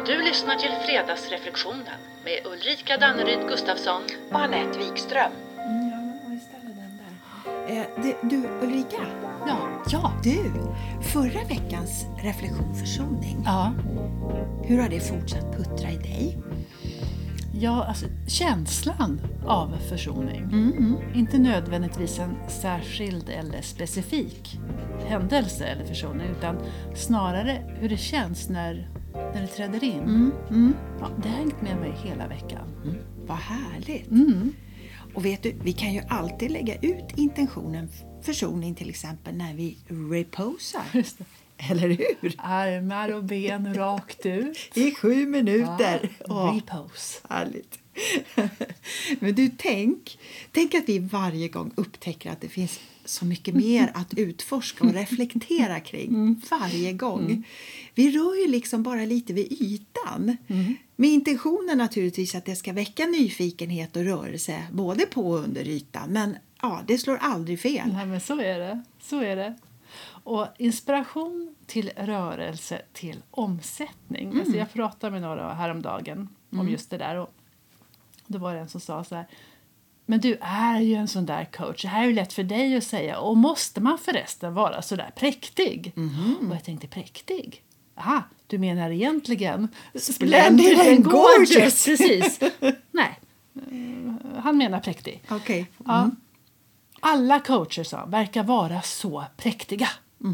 Du lyssnar till Fredagsreflektionen med Ulrika Danneryd Gustafsson och Anette Wikström. Ja, istället den där. Du Ulrika? Ja. Du, förra veckans reflektion försoning. Ja. Hur har det fortsatt puttra i dig? Ja, alltså känslan av försoning. Inte nödvändigtvis en särskild eller specifik händelse eller försoning, utan snarare hur det känns när det träder in. Ja, det har hängt med mig hela veckan. Vad härligt. Och vet du, vi kan ju alltid lägga ut intentionen försoning till exempel när vi reposar. Just det. Eller hur? Armar och ben rakt ut. I 7 minuter. Ja, repose. Härligt. Men du, tänk att vi varje gång upptäcker att det finns så mycket mer att utforska och reflektera kring varje gång. Vi rör ju liksom bara lite vid ytan. Med intentionen naturligtvis att det ska väcka nyfikenhet och rörelse både på och under ytan. Men ja, det slår aldrig fel. Nej, men så är det. Så är det. Och inspiration till rörelse till omsättning. Alltså jag pratade med några häromdagen om just det där. Och då var det en som sa så här: men du är ju en sån där coach. Det här är ju lätt för dig att säga. Och måste man förresten vara så där präktig? Och jag tänkte, präktig? Aha, du menar egentligen Splendid and gorgeous. Precis. Nej, han menar präktig. Okej. Ja. Alla coacher verkar vara så präktiga.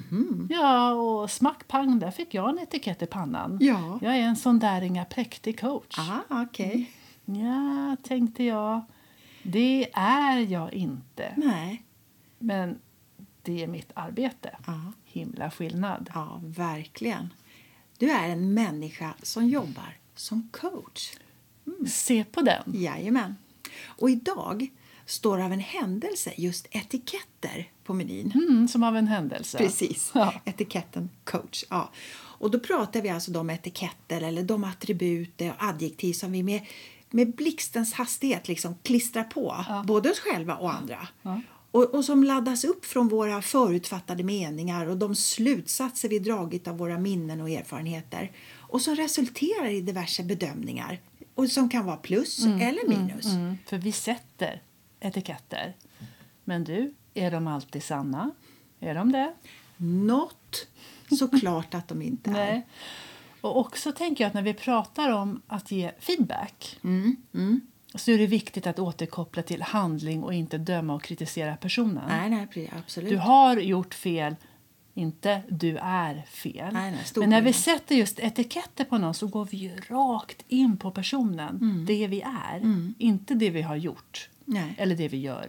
Ja, och smackpang, där fick jag en etikett i pannan. Ja. Jag är en sån där inga präktig coach. Aha, okej. Ja, tänkte jag. Det är jag inte. Nej. Men det är mitt arbete. Ja. Himla skillnad. Ja, verkligen. Du är en människa som jobbar som coach. Se på den. Jajamän. Och idag står av en händelse just etiketter på menyn. Som av en händelse. Precis. Ja. Etiketten coach. Ja. Och då pratar vi alltså de etiketter eller de attribut och adjektiv som vi med blixtens hastighet liksom klistrar på. Både oss själva och andra. Ja. Och som laddas upp från våra förutfattade meningar och de slutsatser vi dragit av våra minnen och erfarenheter. Och som resulterar i diverse bedömningar. Och som kan vara plus eller minus. För vi sätter etiketter. Men du, är de alltid sanna? Är de det? Något såklart att de inte är. Nej. Och också tänker jag att när vi pratar om att ge feedback så är det viktigt att återkoppla till handling och inte döma och kritisera personen. Nej, absolut. Du har gjort fel, inte du är fel. Nej, men när vi sätter just etiketter på någon så går vi ju rakt in på personen. Det vi är, inte det vi har gjort. Nej. Eller det vi gör.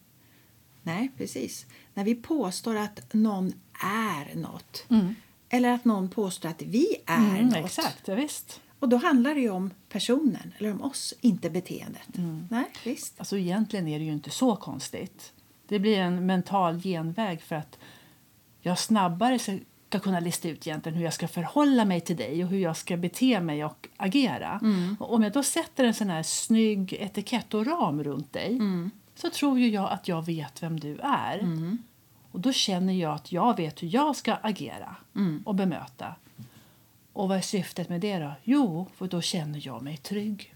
Nej, precis. När vi påstår att någon är något. Eller att någon påstår att vi är något. Exakt, ja, visst. Och då handlar det ju om personen eller om oss, inte beteendet. Nej, visst. Alltså egentligen är det ju inte så konstigt. Det blir en mental genväg för att jag snabbare ska kunna lista ut egentligen hur jag ska förhålla mig till dig och hur jag ska bete mig och agera. Och om jag då sätter en sån här snygg etikett och ram runt dig så tror ju jag att jag vet vem du är. Och då känner jag att jag vet hur jag ska agera och bemöta. Och vad är syftet med det då? Jo, för då känner jag mig trygg.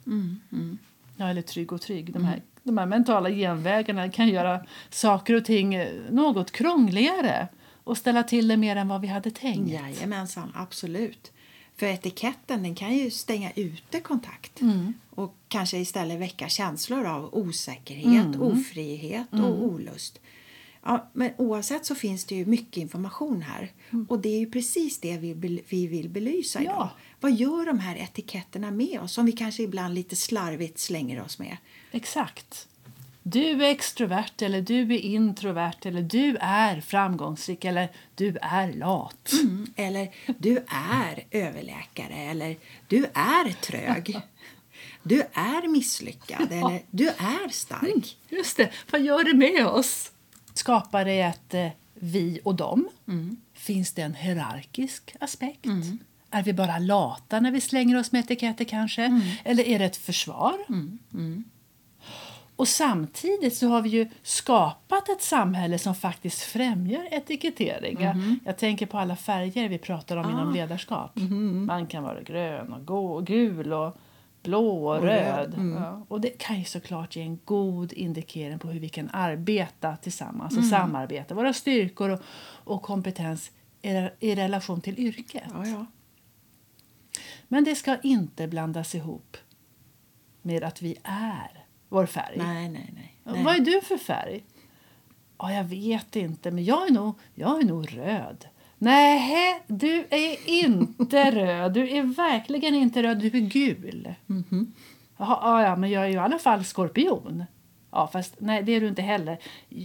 Ja, eller trygg och trygg. De här mentala genvägarna kan göra saker och ting något krångligare och ställa till det mer än vad vi hade tänkt. Jajamensan, absolut. För etiketten den kan ju stänga ute kontakt. Och kanske istället väcka känslor av osäkerhet, ofrihet och olust. Ja, men oavsett så finns det ju mycket information här. Och det är ju precis det vi vill belysa idag. Ja. Vad gör de här etiketterna med oss som vi kanske ibland lite slarvigt slänger oss med? Exakt. Du är extrovert eller du är introvert eller du är framgångsrik eller du är lat. Eller du är överläkare eller du är trög. Du är misslyckad eller du är stark. Just det, vad gör det med oss? Skapar det ett vi och dem? Finns det en hierarkisk aspekt? Är vi bara lata när vi slänger oss med etiketter kanske? Eller är det ett försvar? Och samtidigt så har vi ju skapat ett samhälle som faktiskt främjar etikettering. Jag tänker på alla färger vi pratar om inom ledarskap. Man kan vara grön och gul och blå och röd. Ja. Och det kan ju såklart ge en god indikering på hur vi kan arbeta tillsammans och samarbeta. Våra styrkor och kompetens i relation till yrket. Ja. Men det ska inte blandas ihop med att vi är vår färg. Nej. Vad är du för färg? Ja, jag vet inte, men jag är nog röd. Nej, du är inte röd. Du är verkligen inte röd. Du är gul. Ja, men jag är ju i alla fall skorpion. Ja, fast nej, det är du inte heller.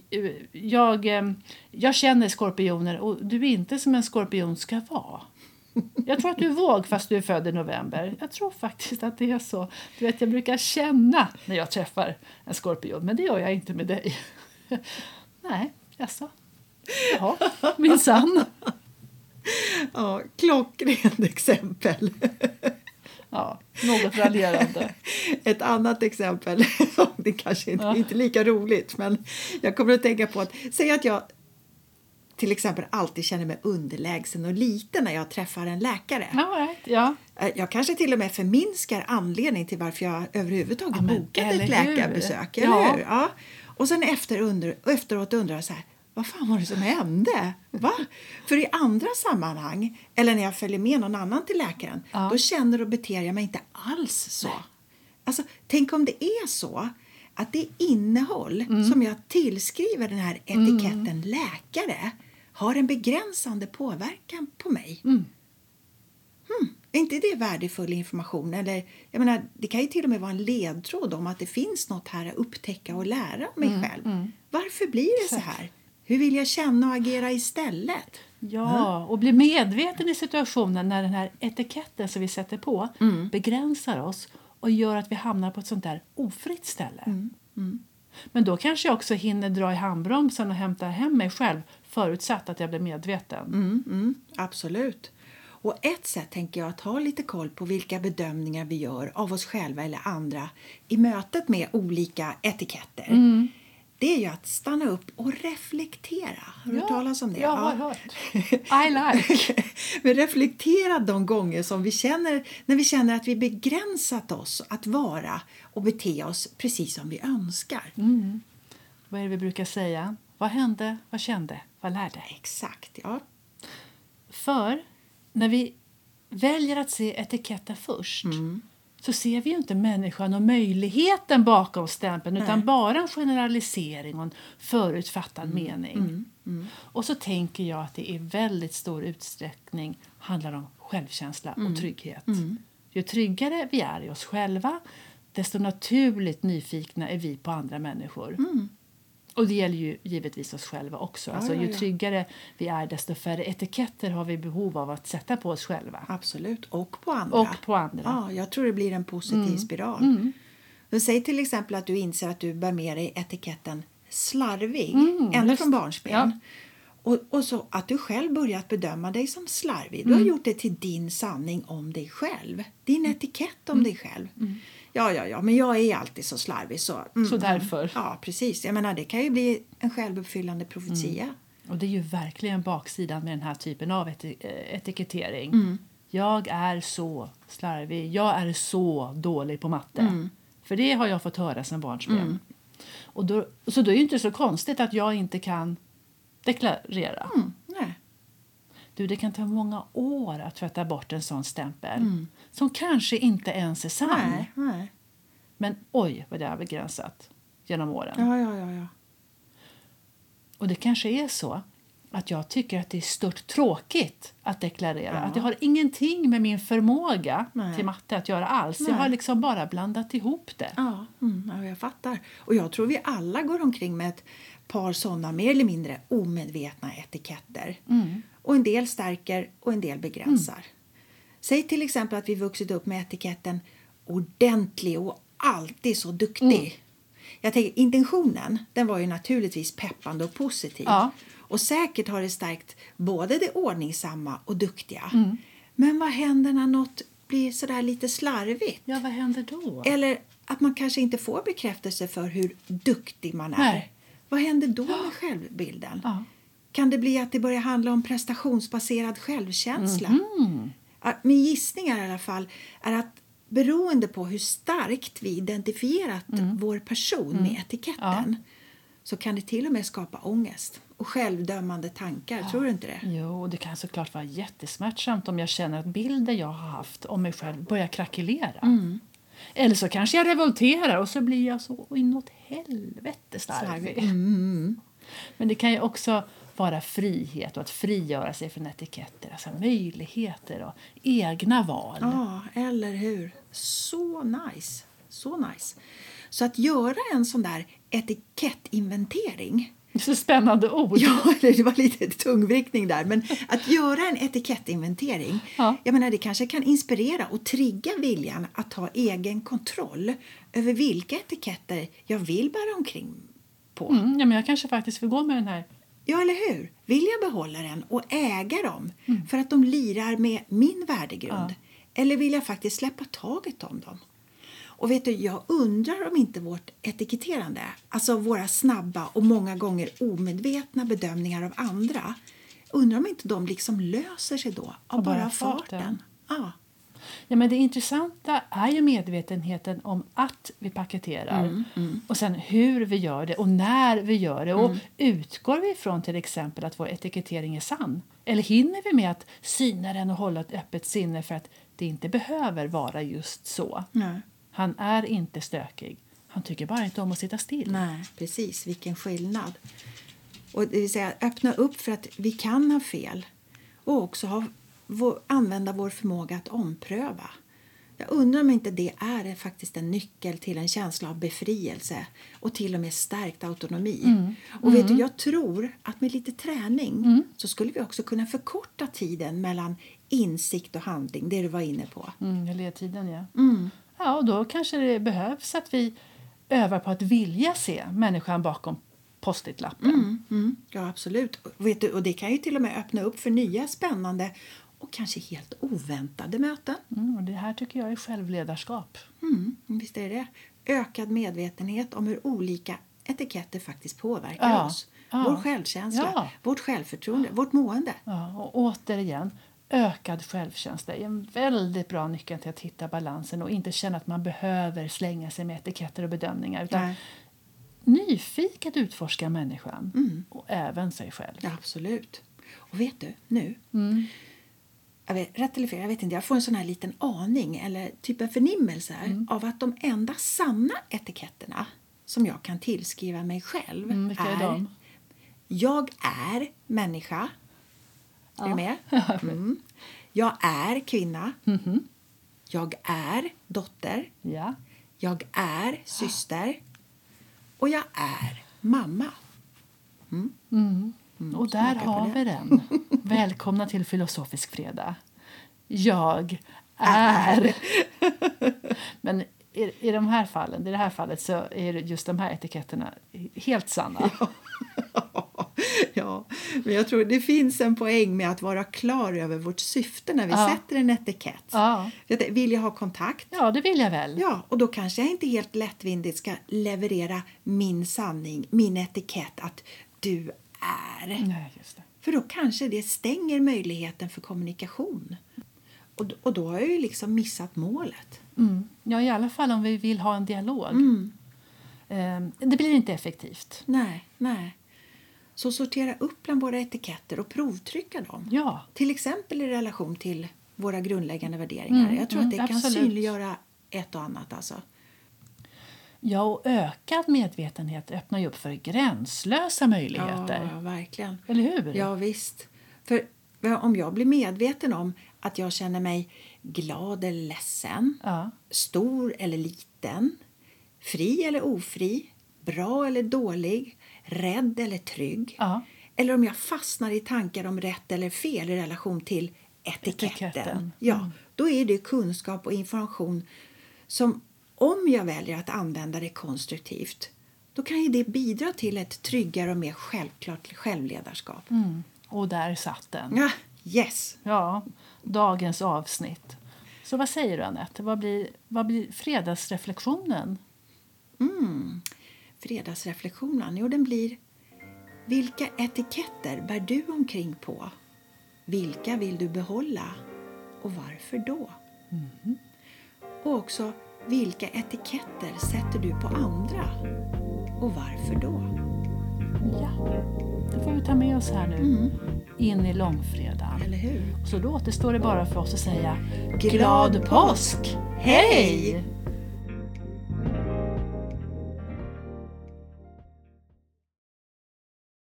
Jag känner skorpioner och du är inte som en skorpion ska vara. Jag tror att du är våg fast du är född i november. Jag tror faktiskt att det är så. Du vet, jag brukar känna när jag träffar en skorpion. Men det gör jag inte med dig. Nej, jaså. Jaha, minsann. Ja, klockrent exempel. Ja, något raljerande. Ett annat exempel, det kanske inte lika roligt, men jag kommer att tänka på att säga att jag till exempel alltid känner mig underlägsen och liten när jag träffar en läkare. Ja. Jag kanske till och med förminskar anledning till varför jag överhuvudtaget bokat ett läkarbesök. Ja. Eller hur? Ja. Och sen efteråt undrar jag så här, vad fan var det som hände? Va? För i andra sammanhang, eller när jag följer med någon annan till läkaren, då känner och beter jag mig inte alls så. Alltså, tänk om det är så att det innehåll som jag tillskriver den här etiketten läkare har en begränsande påverkan på mig. Är inte det värdefull information? Eller, jag menar, det kan ju till och med vara en ledtråd om att det finns något här att upptäcka och lära om mig själv. Varför blir det så här? Hur vill jag känna och agera istället? Ja, och bli medveten i situationen när den här etiketten som vi sätter på begränsar oss och gör att vi hamnar på ett sånt där ofritt ställe. Men då kanske jag också hinner dra i handbromsen och hämta hem mig själv förutsatt att jag blir medveten. Absolut. Och ett sätt tänker jag att ha lite koll på vilka bedömningar vi gör av oss själva eller andra i mötet med olika etiketter. Det är ju att stanna upp och reflektera. Har du talat om det? Jag har hört. I like. Men reflektera de gånger som när vi känner att vi begränsat oss att vara och bete oss precis som vi önskar. Vad är det vi brukar säga? Vad hände? Vad kände? Vad lärde? Exakt, ja. För när vi väljer att se etiketten först så ser vi ju inte människan och möjligheten bakom stämpeln utan bara en generalisering och en förutfattad mening. Och så tänker jag att det i väldigt stor utsträckning handlar om självkänsla och trygghet. Ju tryggare vi är i oss själva, desto naturligt nyfikna är vi på andra människor. Och det gäller ju givetvis oss själva också. Alltså, ju tryggare vi är, desto färre etiketter har vi behov av att sätta på oss själva. Absolut, och på andra. Ja, jag tror det blir en positiv spiral. Säg till exempel att du inser att du bär med dig etiketten slarvig, ända från barnsben. Och så att du själv börjat bedöma dig som slarvig. Du har gjort det till din sanning om dig själv. Din etikett om dig själv. Ja, men jag är alltid så slarvig. Så därför. Ja, precis. Jag menar, det kan ju bli en självuppfyllande profetia. Och det är ju verkligen baksidan med den här typen av etikettering. Jag är så slarvig. Jag är så dålig på matte. För det har jag fått höra sedan barnsben. Och då är det ju inte så konstigt att jag inte kan deklarera. Nej. Du, det kan ta många år att tvätta bort en sån stämpel. Som kanske inte ens är sann. Nej. Men oj, vad det har begränsat genom åren. Ja. Och det kanske är så att jag tycker att det är stört tråkigt att deklarera. Att det har ingenting med min förmåga till matte att göra alls. Jag har liksom bara blandat ihop det. Ja, jag fattar. Och jag tror vi alla går omkring med ett par sådana mer eller mindre omedvetna etiketter. Och en del stärker och en del begränsar. Säg till exempel att vi vuxit upp med etiketten ordentlig och alltid så duktig. Jag tänker, intentionen, den var ju naturligtvis peppande och positiv. Ja. Och säkert har det stärkt både det ordningsamma och duktiga. Men vad händer när något blir sådär lite slarvigt? Ja, vad händer då? Eller att man kanske inte får bekräftelse för hur duktig man är. Nej. Vad händer då med självbilden? Ja. Kan det bli att det börjar handla om prestationsbaserad självkänsla? Mm. Min gissning är i alla fall är att beroende på hur starkt vi identifierat vår person med etiketten så kan det till och med skapa ångest och självdömande tankar. Tror du inte det? Jo, det kan såklart vara jättesmärtsamt om jag känner att bilden jag har haft om mig själv börjar krackelera. Eller så kanske jag revolterar och så blir jag så inåt helvete slarvig. Men det kan ju också vara frihet och att frigöra sig från etiketter. Alltså möjligheter och egna val. Ja, eller hur? Så nice. Så nice. Så att göra en sån där etikettinventering. Så spännande ord. Ja, det var lite tungvrickning där. Men att göra en etikettinventering, jag menar, det kanske kan inspirera och trigga viljan att ta egen kontroll över vilka etiketter jag vill bära omkring på. Ja, men jag kanske faktiskt vill gå med den här. Ja, eller hur? Vill jag behålla den och äga dem för att de lirar med min värdegrund? Eller vill jag faktiskt släppa taget om dem? Och vet du, jag undrar om inte vårt etiketterande, alltså våra snabba och många gånger omedvetna bedömningar av andra, undrar om inte de liksom löser sig då av bara farten. Ja, men det intressanta är ju medvetenheten om att vi paketerar. Och sen hur vi gör det och när vi gör det. Och utgår vi ifrån till exempel att vår etikettering är sann? Eller hinner vi med att syna den och hålla ett öppet sinne för att det inte behöver vara just så? Nej. Han är inte stökig. Han tycker bara inte om att sitta still. Nej, precis. Vilken skillnad. Och det vill säga öppna upp för att vi kan ha fel. Och också använda vår förmåga att ompröva. Jag undrar om inte det är faktiskt en nyckel till en känsla av befrielse. Och till och med stärkt autonomi. Och vet du, jag tror att med lite träning så skulle vi också kunna förkorta tiden mellan insikt och handling. Det du var inne på. Ledtiden, ja. Ja, och då kanske det behövs att vi övar på att vilja se människan bakom post-it-lappen. Ja, absolut. Vet du, och det kan ju till och med öppna upp för nya spännande och kanske helt oväntade möten. Och det här tycker jag är självledarskap. Visst är det. Ökad medvetenhet om hur olika etiketter faktiskt påverkar oss. Vår självkänsla, vårt självförtroende, vårt mående. Ja, och återigen, ökad självkänsla är en väldigt bra nyckel till att hitta balansen och inte känna att man behöver slänga sig med etiketter och bedömningar. Utan nyfiket utforska människan och även sig själv. Ja, absolut. Och vet du, nu... rätt eller fel, jag vet inte. Jag får en sån här liten aning eller typ en förnimmelse av att de enda sanna etiketterna som jag kan tillskriva mig själv vilka är de? Jag är människa. Är du med? Jag är kvinna. Jag är dotter. Ja. Jag är syster. Och jag är mamma. Och där har vi den. Välkomna till Filosofisk fredag. Jag är. Men i de här fallen, i det här fallet så är det just de här etiketterna helt sanna. Ja, men jag tror det finns en poäng med att vara klar över vårt syfte när vi sätter en etikett. Ja. Vill jag ha kontakt? Ja, det vill jag väl. Ja, och då kanske jag inte helt lättvindigt ska leverera min sanning, min etikett att du är. Nej, just det. För då kanske det stänger möjligheten för kommunikation. Och då har jag ju liksom missat målet. Ja, i alla fall om vi vill ha en dialog. Det blir inte effektivt. Nej. Så sortera upp bland våra etiketter och provtrycka dem. Ja. Till exempel i relation till våra grundläggande värderingar. Jag tror att det kan synliggöra ett och annat. Alltså. Ja, och ökad medvetenhet öppnar ju upp för gränslösa möjligheter. Ja, verkligen. Eller hur? Ja, visst. För om jag blir medveten om att jag känner mig glad eller ledsen, stor eller liten, fri eller ofri, bra eller dålig, rädd eller trygg. Eller om jag fastnar i tankar om rätt eller fel i relation till etiketten. Ja, då är det kunskap och information som om jag väljer att använda det konstruktivt, då kan ju det bidra till ett tryggare och mer självklart självledarskap. Och där satt den. Ja, yes. Ja, dagens avsnitt. Så vad säger du, Anette? Vad blir fredagsreflektionen? Fredagsreflektionen, jo, den blir: vilka etiketter bär du omkring på? Vilka vill du behålla? Och varför då? Och också, vilka etiketter sätter du på andra? Och varför då? Ja, det får vi ta med oss här nu in i långfredagen. Eller hur? Så då återstår det bara för oss att säga Glad påsk! Hej!